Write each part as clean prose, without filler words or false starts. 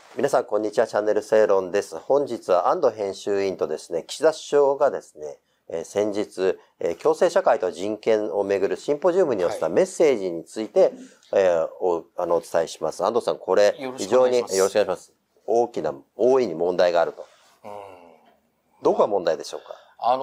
皆さん、こんにちは。チャンネル正論です。本日は安藤編集委員とですね、岸田首相がですね、先日、共生社会と人権をめぐるシンポジウムに寄せたメッセージについて、お伝えします。安藤さん、これ、非常によろしくお願いします。大いに問題があると。どこが問題でしょうか？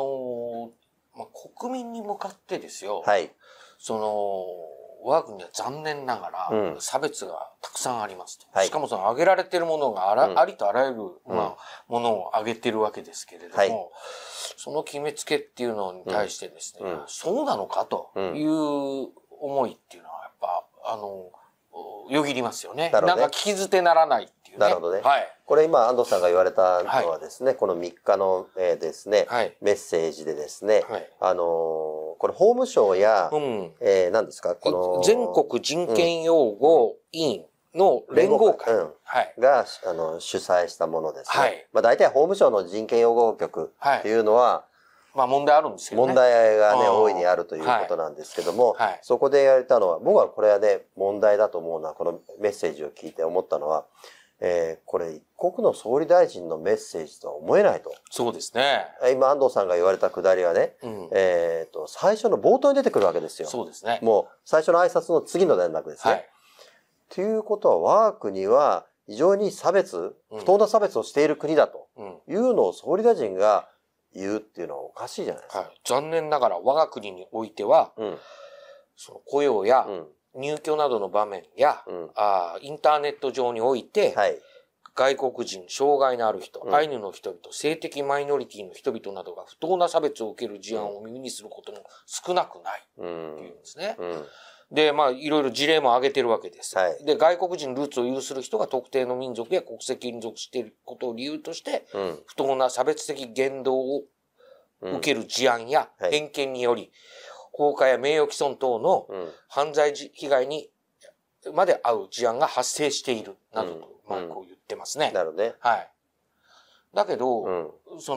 国民に向かってですよ。 はい。 我が国は残念ながら、差別がたくさんありますと。 はい、 しかも挙げられているものがありとあらゆる、ものを挙げているわけですけれども、はい、その決めつけっていうのに対してですね、そうなのかという思いっていうのはやっぱ、よぎりますよね。なんか聞き捨てならないっていうね。 なるほどね。 はい。 これ今安藤さんが言われたのはですね、この3日の、ですね、メッセージでですね、これ法務省や、何ですか、この全国人権擁護委員の連合会が、主催したものですね。 はい。 まあ大体法務省の人権擁護局っていうのは、 まあ問題あるんですけどね。 問題がね、大いにあるということなんですけども、そこで言われたのは、僕はこれはね、問題だと思うのは、このメッセージを聞いて思ったのは、これ一国の総理大臣のメッセージとは思えないと。 そうですね。 今安藤さんが言われたくだりはね、最初の冒頭に出てくるわけですよ。 そうですね。 もう最初の挨拶の次の連絡ですね。はい。ということは我が国は非常に不当な差別をしている国だというのを総理大臣が言うっていうのはおかしいじゃないですか。 はい、残念ながら我が国においては、その雇用や入居などの場面や、インターネット上において、外国人、障害のある人、アイヌの人々、性的マイノリティの人々などが不当な差別を受ける事案を耳にすることも少なくないっていうんですね。で、まあ、いろいろ事例も挙げてるわけです。で、外国人ルーツを有する人が特定の民族や国籍に属していることを理由として、不当な差別的言動を受ける事案や偏見により、放火や名誉毀損等の犯罪被害にまで遭う事案が発生している、などと、まあ、こう言ってますね。 なるほどね。 はい。だけど、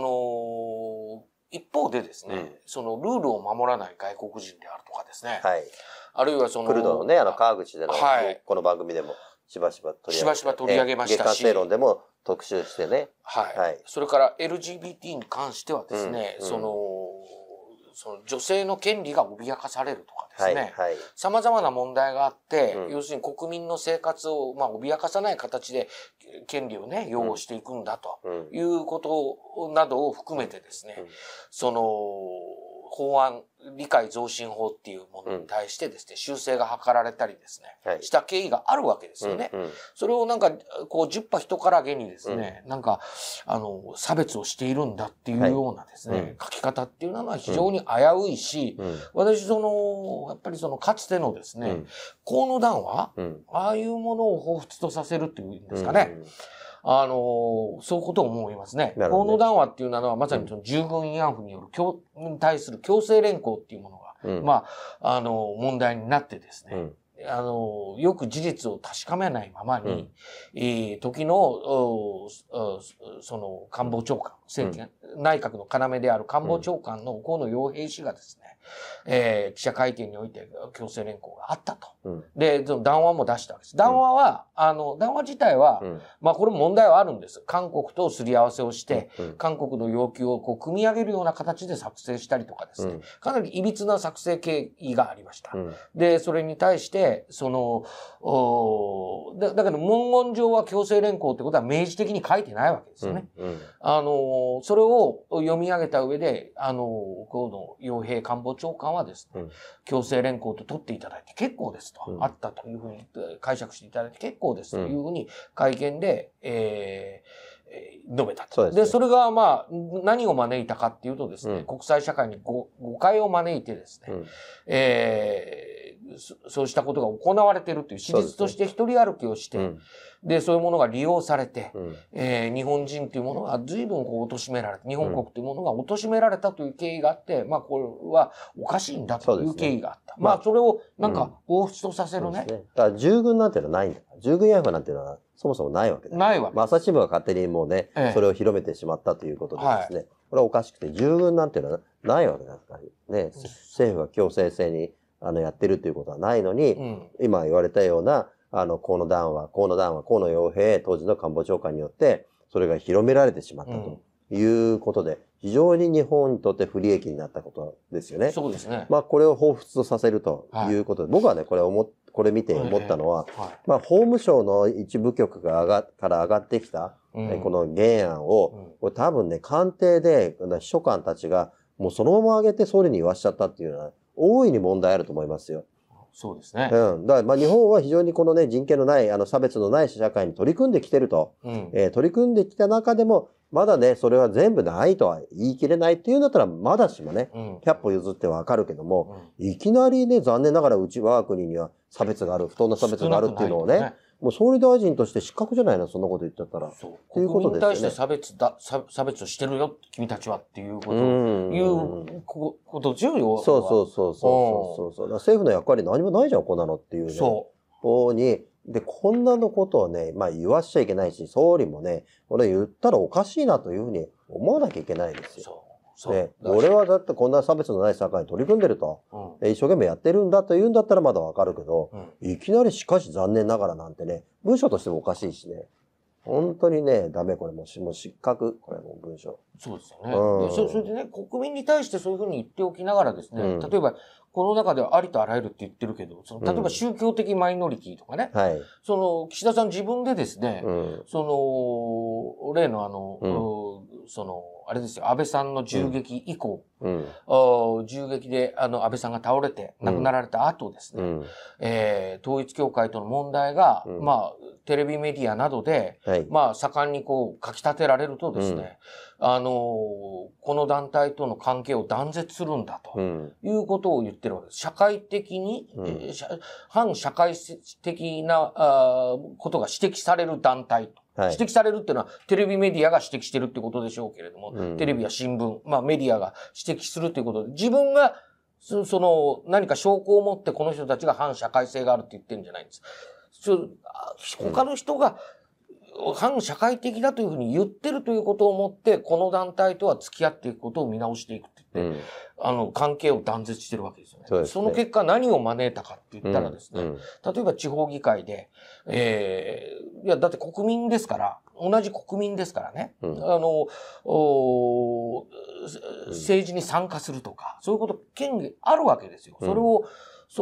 一方でですね、そのルールを守らない外国人であるとかですね。 はい。 あるいはクルドのね、川口での、この番組でもしばしば取り上げましたし。月刊正論でも特集してね。 はい。それから LGBT に関してはですね、その女性の権利が脅かされるとかですね。様々な問題があって、要するに国民の生活を、まあ、脅かさない形で権利をね、擁護していくんだということなどを含めてですね、法案、理解増進法っていうものに対してですね、修正が図られたりですね、した経緯があるわけですよね。それをなんか、こう、10羽人からげにですね、なんか、差別をしているんだっていうようなですね、書き方っていうのは非常に危ういし、私、やっぱりかつてのですね、河野談話、ああいうものを彷彿とさせるっていうんですかね。そういうことを思いますね。河野談話っていうのはまさに従軍慰安婦によるに対する強制連行っていうものが、まあ、問題になってですね、よく事実を確かめないままに、時の、官房長官、内閣の要である官房長官の河野洋平氏がですね、記者会見において強制連行があったと。で、談話も出したわけです。談話自体は、まあこれも問題はあるんです。韓国とすり合わせをして、韓国の要求をこう組み上げるような形で作成したりとかですね、かなり歪な作成経緯がありました。で、それに対して、だけど文言上は強制連行ってことは明示的に書いてないわけですよね。それを読み上げた上で、河野洋平官房長官はですね、強制連行と取っていただいて結構ですと、あったというふうに解釈していただいて結構ですというふうに会見で、述べたと。で、それがまあ、何を招いたかっていうとですね、国際社会に誤解を招いてですね、そうしたことが行われているという史実として一人歩きをして、で、そういうものが利用されて、日本人というものが随分こう貶められて、日本国というものが貶められたという経緯があって、まあ、これはおかしいんだという経緯があった。まあ、それをなんか彷彿とさせるね。 だから従軍なんていうのはないんだ。従軍慰安婦なんていうのはそもそもないわけだ。 ないわけ。 朝日新聞が勝手にもうね、それを広めてしまったということでですね、これはおかしくて、従軍なんていうのはないわけだからね、政府が強制性にやってるということはないのに、今言われたような、 河野洋平、当時の官房長官によって、それが広められてしまったということで、非常に日本にとって不利益になったことですよね。 そうですね。 まあ、これを彷彿とさせるということで、僕はね、これ見て思ったのは、まあ、法務省の一部局から上がってきた、この原案を、これ多分ね、官邸で秘書官たちが、もうそのまま上げて総理に言わしちゃったっていうのは、大いに問題あると思いますよ。 そうですね。 だからまあ日本は非常にこのね、人権のない、差別のない社会に取り組んできてると。取り組んできた中でも、まだね、それは全部ないとは言い切れないっていうんだったら、まだしもね、100歩譲ってわかるけども、いきなりね、残念ながら我が国には差別がある、不当な差別があるっていうのをね、もう総理大臣として失格じゃないの、そんなこと言っちゃったら。 そう。国民に対して差別をしてるよ、君たちはっていうことを、こと重要。 そう。政府の役割何もないじゃん、こんなのっていうね。そう。で、こんなのことをね、まあ言わしちゃいけないし、総理もね、俺言ったらおかしいなというふうに思わなきゃいけないですよ。ね、俺はだってこんな差別のない社会に取り組んでると、一生懸命やってるんだと言うんだったらまだわかるけど、いきなりしかし残念ながらなんてね、文章としてもおかしいしね。本当にね、ダメ、これもう失格、これも文章。 そうですよね。それでね、国民に対してそういうふうに言っておきながらですね、例えば、この中ではありとあらゆるって言ってるけど、例えば宗教的マイノリティとかね、岸田さん自分でですね、例のあれですよ、安倍さんの銃撃以降、銃撃で安倍さんが倒れて亡くなられた後ですね、統一教会との問題が、まあ、テレビメディアなどで、まあ、盛んにこう、書き立てられるとですね、この団体との関係を断絶するんだということを言ってるわけです。社会的に、反社会的なことが指摘される団体と。指摘されるっていうのはテレビメディアが指摘してるってことでしょうけれども、テレビや新聞、まあメディアが指摘するということで、自分が何か証拠を持ってこの人たちが反社会性があるって言ってるんじゃないんです。他の人が反社会的だというふうに言ってるということをもって、この団体とは付き合っていくことを見直していくって言って、関係を断絶してるわけですよね。その結果何を招いたかって言ったらですね、例えば地方議会で、いや、だって国民ですから、同じ国民ですからね、政治に参加するとか、そういうこと、権利あるわけですよ。それを、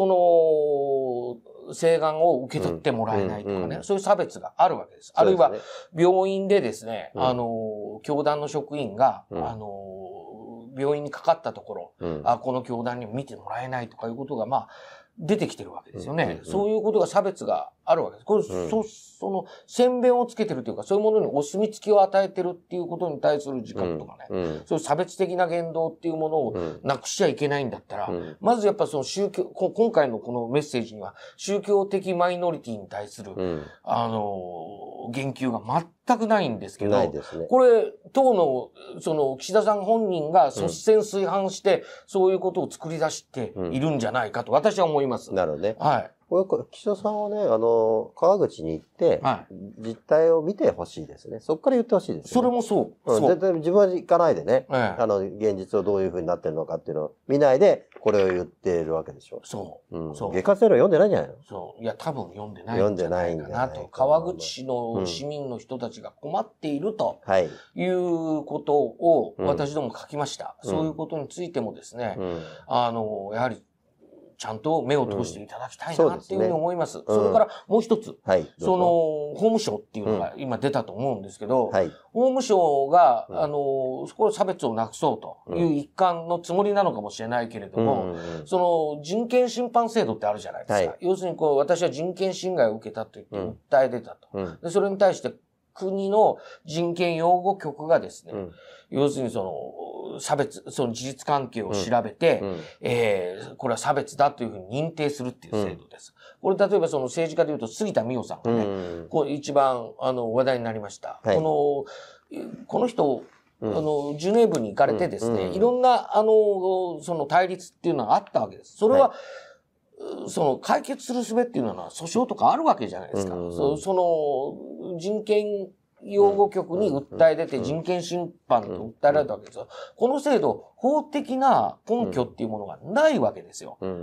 請願を受け取ってもらえないとかね、そういう差別があるわけです。あるいは、病院でですね、教団の職員が、病院にかかったところ、この教団にも見てもらえないとかいうことが、まあ、出てきてるわけですよね。そういうことが差別があるわけです。これ、先鞭をつけてるというか、そういうものにお墨付きを与えてるっていうことに対する自覚とかね、そういう差別的な言動っていうものをなくしちゃいけないんだったら、まずやっぱ今回のこのメッセージには、宗教的マイノリティに対する、言及が全くないんですけど、これ、党の、岸田さん本人が率先垂範して、そういうことを作り出しているんじゃないかと、私は思います。 なるほどね。 はい。 これ、岸田さんはね、川口に行って、実態を見てほしいですね。そこから言ってほしいですね。 それもそう。 絶対自分は行かないでね、現実をどういうふうになってるのかっていうのを見ないで、これを言ってるわけでしょ。 そう。 下課ゼロ読んでないんじゃないの？ そう。いや、多分読んでないんじゃないかなと。川口市の市民の人たちが困っているということを私ども書きました。そういうことについてもですね、やはり、ちゃんと目を通していただきたいなっていうふうに思います。それからもう一つ、法務省っていうのが今出たと思うんですけど、法務省が、そこで差別をなくそうという一環のつもりなのかもしれないけれども、人権侵犯制度ってあるじゃないですか。要するに私は人権侵害を受けたと言って訴え出たと。でそれに対して国の人権擁護局がですね、要するに差別、事実関係を調べて、これは差別だというふうに認定するっていう制度です。これ例えば政治家でいうと杉田水脈さんがね、これ一番話題になりました。この人、ジュネーブに行かれてですね、いろんな、対立っていうのがあったわけです。それは、解決する術っていうのは訴訟とかあるわけじゃないですか。人権擁護局に訴え出て人権侵犯と訴えられたわけですよ。この制度、法的な根拠っていうものがないわけですよ。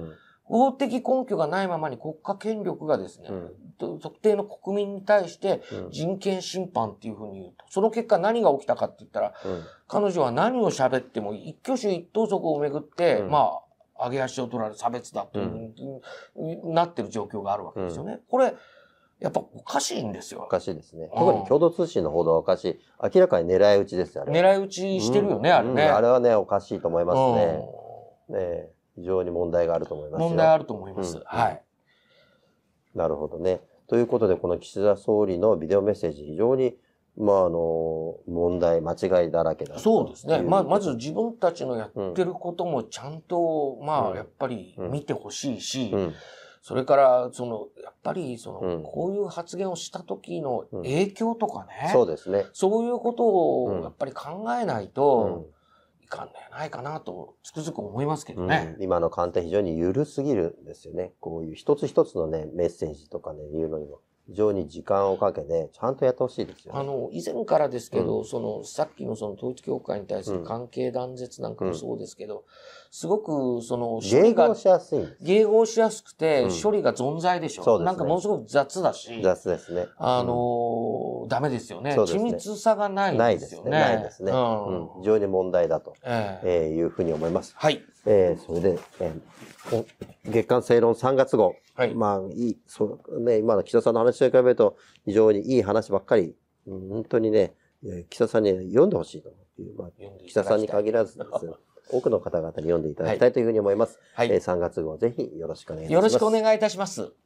法的根拠がないままに国家権力がですね、特定の国民に対して人権侵犯っていうふうに言うと、その結果何が起きたかって言ったら、彼女は何を喋っても一挙手一投足をめぐって、まあ、上げ足を取られる差別だというふうになってる状況があるわけですよね。これ、やっぱおかしいんですよ。 おかしいですね。特に共同通信の報道はおかしい。明らかに狙い撃ちですよね。 狙い撃ちしてるよね、あれね。 あれはね、おかしいと思いますね。ね、非常に問題があると思いますよ。 問題あると思います。はい。 なるほどね。ということで、この岸田総理のビデオメッセージ、非常に、まあ、問題、間違いだらけだ。 そうですね。まず自分たちのやってることもちゃんと、まあ、やっぱり見てほしいし、それから、やっぱり、こういう発言をした時の影響とかね。 そうですね。 そういうことを、やっぱり考えないと、いかんのやないかなと、つくづく思いますけどね。 今の官邸非常に緩すぎるんですよね。こういう一つ一つのね、メッセージとかね、言うのにも。非常に時間をかけて、ちゃんとやってほしいですよね。 以前からですけど、さっきの統一教会に対する関係断絶なんかもそうですけど、すごく、 迎合しやすいんです。 迎合しやすくて、処理が存在でしょ。そうですね。なんかものすごく雑だし。 雑ですね。 ダメですよね。緻密さがないですよね。 ないですね。非常に問題だと、いうふうに思います。 はい。 それで、月刊正論3月号。 はい。 まあ、今の岸田さんの話と比べると、非常にいい話ばっかり、本当にね、岸田さんに読んでほしいという、岸田さんに限らずですね、多くの方々に読んでいただきたいというふうに思います。はい。3月号ぜひよろしくお願いいたします。 よろしくお願いいたします。